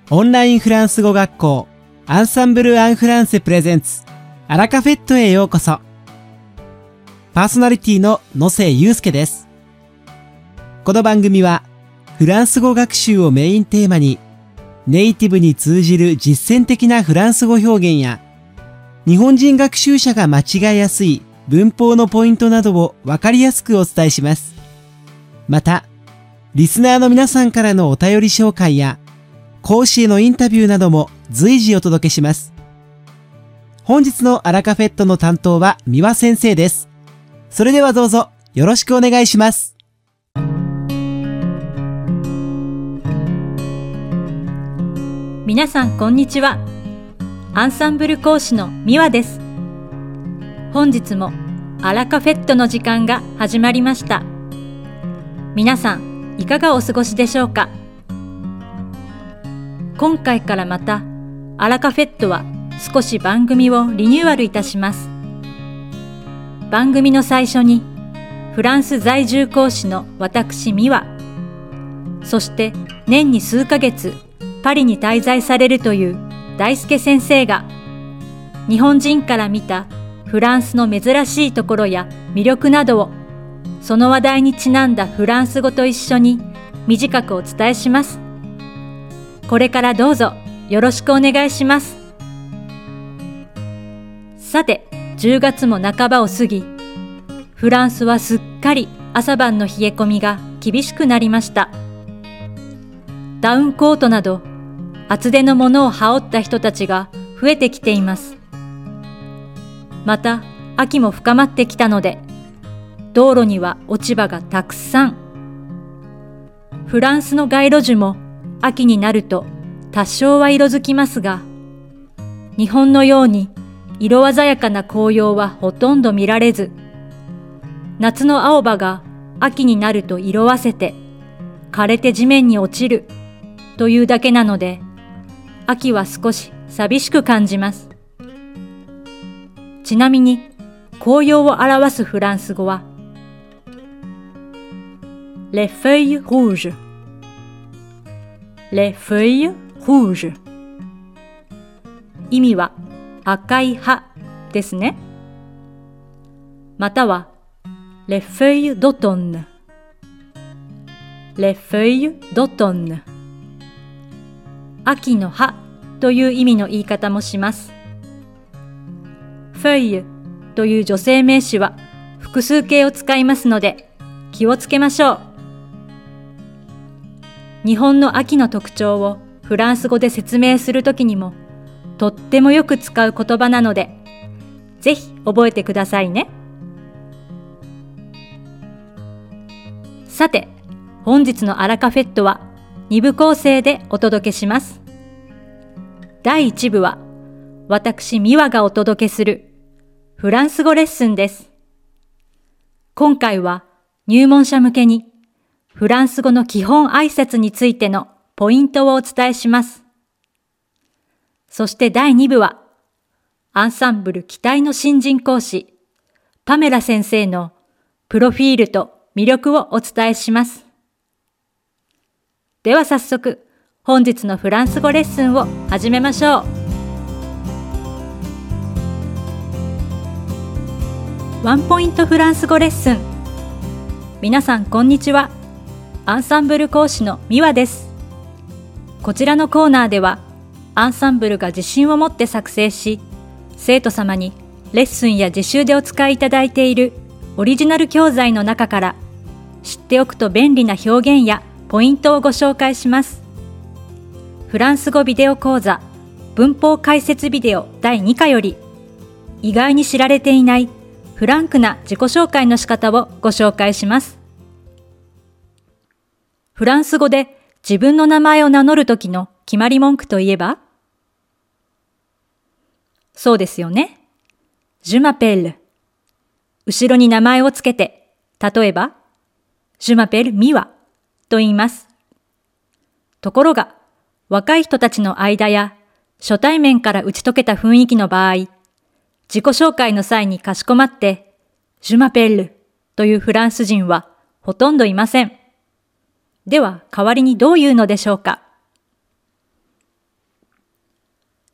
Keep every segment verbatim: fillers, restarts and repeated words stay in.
オンラインフランス語学校アンサンブル・アン・フランセプレゼンツアラカフェットへようこそ。パーソナリティの野瀬祐介です。この番組はフランス語学習をメインテーマにネイティブに通じる実践的なフランス語表現や日本人学習者が間違えやすい文法のポイントなどをわかりやすくお伝えします。また、リスナーの皆さんからのお便り紹介や講師へのインタビューなども随時お届けします。本日のアラカフェットの担当は三輪先生です。それではどうぞよろしくお願いします。 皆さんこんにちは。アンサンブル講師の三輪です。本日もアラカフェットの時間が始まりました。皆さんいかがお過ごしでしょうか。今回からまたアラカフェットは少し番組をリニューアルいたします。番組の最初にフランス在住講師の私三輪、そして年に数ヶ月パリに滞在されるという大輔先生が日本人から見たフランスの珍しいところや魅力などをその話題にちなんだフランス語と一緒に短くお伝えします。これからどうぞよろしくお願いします。さて、じゅうがつも半ばを過ぎ、フランスはすっかり朝晩の冷え込みが厳しくなりました。ダウンコートなど厚手のものを羽織った人たちが増えてきています。また、秋も深まってきたので、道路には落ち葉がたくさん。フランスの街路樹も秋になると多少は色づきますが、日本のように色鮮やかな紅葉はほとんど見られず、夏の青葉が秋になると色あせて枯れて地面に落ちるというだけなので、秋は少し寂しく感じます。ちなみに紅葉を表すフランス語はLes feuilles rouges Les feuilles rouges 意味は赤い葉ですね。または Les feuilles d'automne Les feuilles d'automne 秋の葉という意味の言い方もします。feuille という女性名詞は複数形を使いますので気をつけましょう。日本の秋の特徴をフランス語で説明するときにもとってもよく使う言葉なので、ぜひ覚えてくださいね。さて、本日のアラカフェットはに部構成でお届けします。だいいち部は私三輪がお届けするフランス語レッスンです。今回は入門者向けにフランス語の基本挨拶についてのポイントをお伝えします。そしてだいに部はアンサンブル期待の新人講師パメラ先生のプロフィールと魅力をお伝えします。では早速本日のフランス語レッスンを始めましょう。ワンポイントフランス語レッスン。皆さんこんにちは。アンサンブル講師の三輪です。こちらのコーナーではアンサンブルが自信を持って作成し、生徒様にレッスンや自習でお使いいただいているオリジナル教材の中から知っておくと便利な表現やポイントをご紹介します。フランス語ビデオ講座文法解説ビデオだいに課より意外に知られていないフランクな自己紹介の仕方をご紹介します。フランス語で自分の名前を名乗るときの決まり文句といえば、そうですよね。Je m'appelle。後ろに名前をつけて、例えば、Je m'appelle ミワと言います。ところが、若い人たちの間や初対面から打ち解けた雰囲気の場合、自己紹介の際にかしこまって、Je m'appelle というフランス人はほとんどいません。では代わりにどう言うのでしょうか。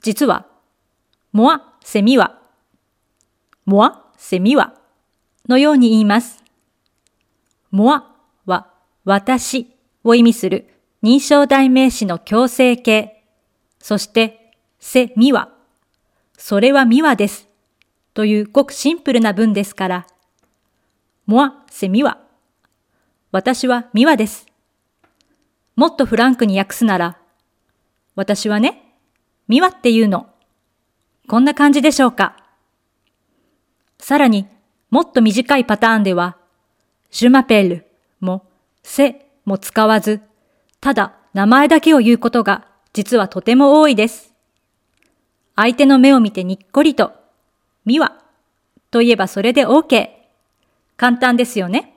実は、moi, c'est moi。moi, c'est moi のように言います。moi は私を意味する認証代名詞の強制形。そして、c'est moi。それはミワです。というごくシンプルな文ですから、moi, c'est moi。私はミワです。もっとフランクに訳すなら、私はね、ミワっていうの。こんな感じでしょうか。さらに、もっと短いパターンでは、je m'appelle も、c'est も使わず、ただ名前だけを言うことが実はとても多いです。相手の目を見てにっこりと、ミワと言えばそれで OK。簡単ですよね。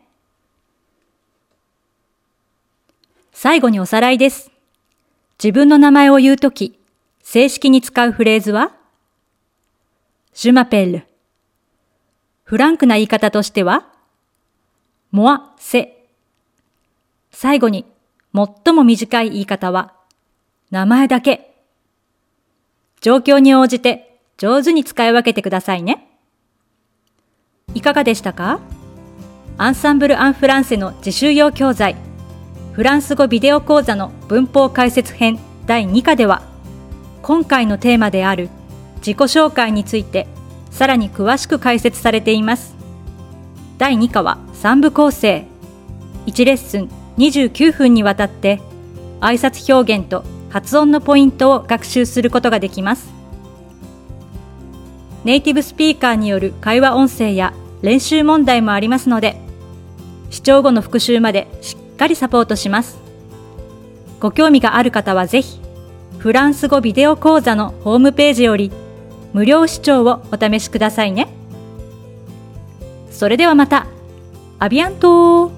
最後におさらいです。自分の名前を言うとき、正式に使うフレーズは Je m'appelle。フランクな言い方としては Moi, c'est。最後に最も短い言い方は名前だけ。状況に応じて上手に使い分けてくださいね。いかがでしたか？アンサンブル・アン・フランセの自習用教材フランス語ビデオ講座の文法解説編だいにかでは、今回のテーマである自己紹介についてさらに詳しく解説されています。だいにかはさん部構成、いちレッスンにじゅうきゅうふんにわたって挨拶表現と発音のポイントを学習することができます。ネイティブスピーカーによる会話音声や練習問題もありますので、視聴後の復習までしっかりサポートします。ご興味がある方はぜひ、フランス語ビデオ講座のホームページより無料視聴をお試しくださいね。それではまた。アビアントー。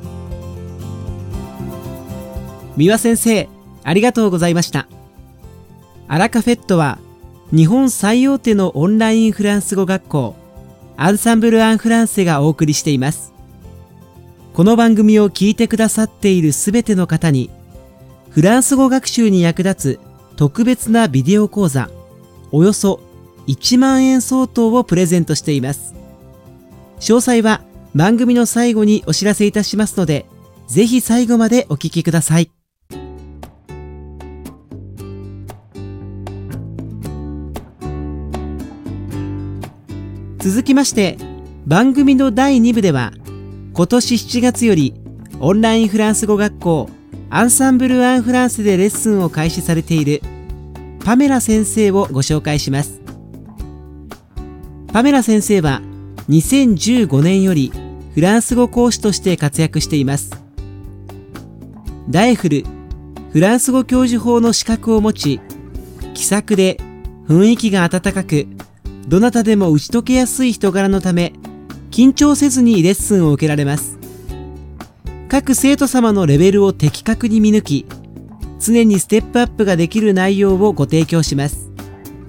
三輪先生、ありがとうございました。アラカフェットは日本最大手のオンラインフランス語学校アンサンブル・アン・フランセがお送りしています。この番組を聞いてくださっているすべての方にフランス語学習に役立つ特別なビデオ講座およそいちまんえん相当をプレゼントしています。詳細は番組の最後にお知らせいたしますので、ぜひ最後までお聞きください。続きまして、番組のだいに部では、今年しちがつよりオンラインフランス語学校アンサンブル・アン・フランセでレッスンを開始されているパメラ先生をご紹介します。パメラ先生はにせんじゅうごねんよりフランス語講師として活躍しています。ダエフルフランス語教授法の資格を持ち、気さくで雰囲気が温かく、どなたでも打ち解けやすい人柄のため、緊張せずにレッスンを受けられます。各生徒様のレベルを的確に見抜き、常にステップアップができる内容をご提供します。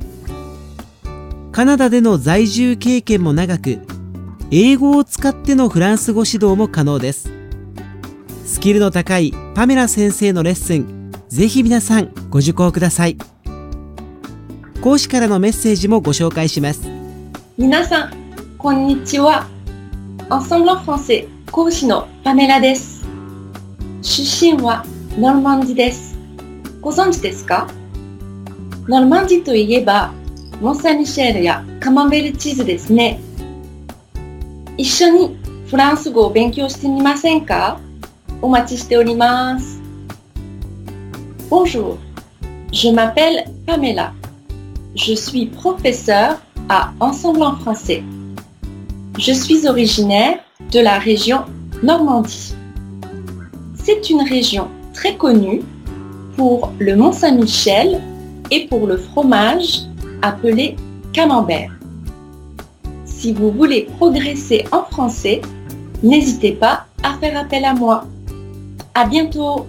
カナダでの在住経験も長く、英語を使ってのフランス語指導も可能です。スキルの高いパメラ先生のレッスン、ぜひ皆さんご受講ください。講師からのメッセージもご紹介します。 皆さん、こんにちは。Ensemble en français 講師のパメラです。出身はノルマンディです。ご存知ですか？ノルマンディといえば、モンサンミシェルやカマンベールチーズですね。一緒にフランス語を勉強してみませんか？お待ちしております。Bonjour, je m'appelle Pamela. Je suis professeure à Ensemble en français. Je suis originaire de la région Normandie. C'est une région très connue pour le Mont-Saint-Michel et pour le fromage appelé camembert. Si vous voulez progresser en français, n'hésitez pas à faire appel à moi. À bientôt!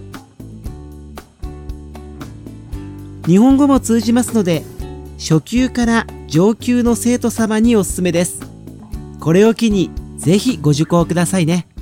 日本語も通じますので、初級から上級の生徒様におすすめです。これを機にぜひご受講くださいね。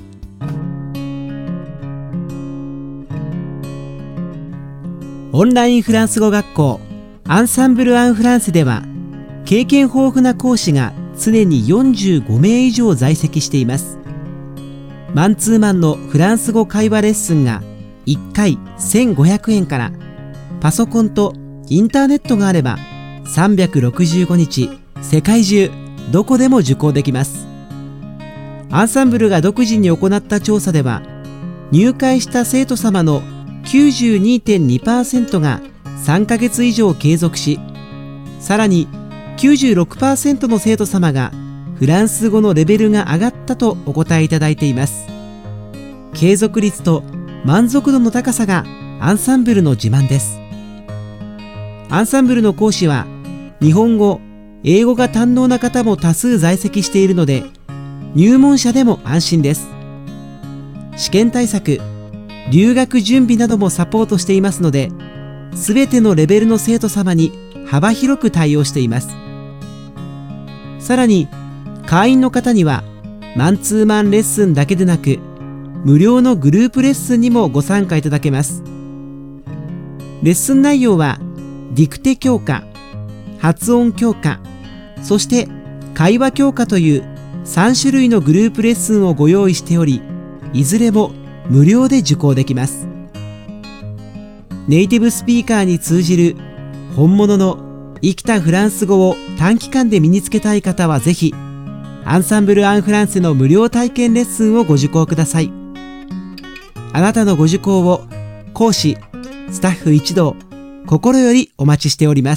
オンラインフランス語学校アンサンブル・アン・フランセでは経験豊富な講師が常によんじゅうごめい以上在籍しています。マンツーマンのフランス語会話レッスンがいっかいせんごひゃくえんから、パソコンとインターネットがあればさんびゃくろくじゅうごにち世界中どこでも受講できます。アンサンブルが独自に行った調査では、入会した生徒様の きゅうじゅうにてんにパーセント がさんかげつ以上継続し、さらに きゅうじゅうろくパーセント の生徒様がフランス語のレベルが上がったとお答えいただいています。継続率と満足度の高さがアンサンブルの自慢です。アンサンブルの講師は日本語、英語が堪能な方も多数在籍しているので、入門者でも安心です。試験対策、留学準備などもサポートしていますので、すべてのレベルの生徒様に幅広く対応しています。さらに会員の方にはマンツーマンレッスンだけでなく、無料のグループレッスンにもご参加いただけます。レッスン内容はディクテ強化、発音強化、そして会話強化というさんしゅるいのグループレッスンをご用意しており、いずれも無料で受講できます。ネイティブスピーカーに通じる本物の生きたフランス語を短期間で身につけたい方はぜひ、アンサンブル・アン・フランセの無料体験レッスンをご受講ください。あなたのご受講を講師、スタッフ一同、心よりお待ちしております。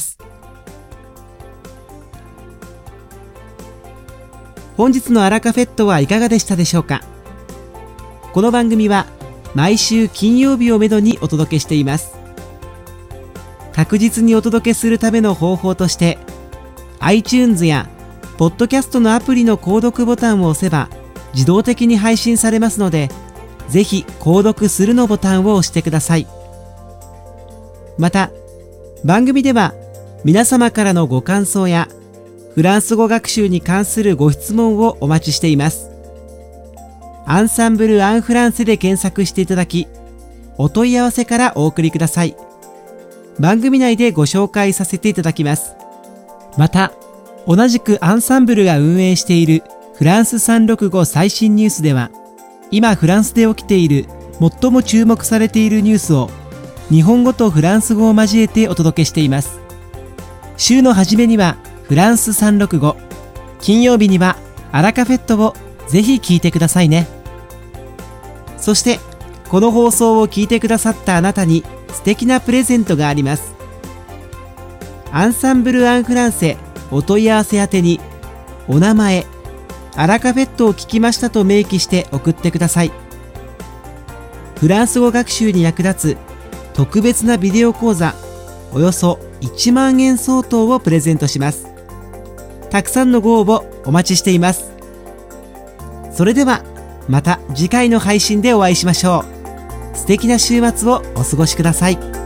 本日のアラカフェットはいかがでしたでしょうか。この番組は毎週金曜日をめどにお届けしています。確実にお届けするための方法として、iTunes やポッドキャストのアプリの購読ボタンを押せば自動的に配信されますので、ぜひ購読するのボタンを押してください。また、番組では皆様からのご感想やフランス語学習に関するご質問をお待ちしています。アンサンブル・アン・フランセで検索していただき、お問い合わせからお送りください。番組内でご紹介させていただきます。また、同じくアンサンブルが運営しているフランスさんろくご最新ニュースでは、今フランスで起きている最も注目されているニュースを日本語とフランス語を交えてお届けしています。週の初めにはフランスさんろくご、金曜日にはアラカフェットをぜひ聞いてくださいね。そしてこの放送を聞いてくださったあなたに素敵なプレゼントがあります。アンサンブル・アン・フランセお問い合わせ宛てにお名前、アラカフェットを聞きましたと明記して送ってください。フランス語学習に役立つ特別なビデオ講座およそいちまんえん相当をプレゼントします。たくさんのご応募お待ちしています。それではまた次回の配信でお会いしましょう。素敵な週末をお過ごしください。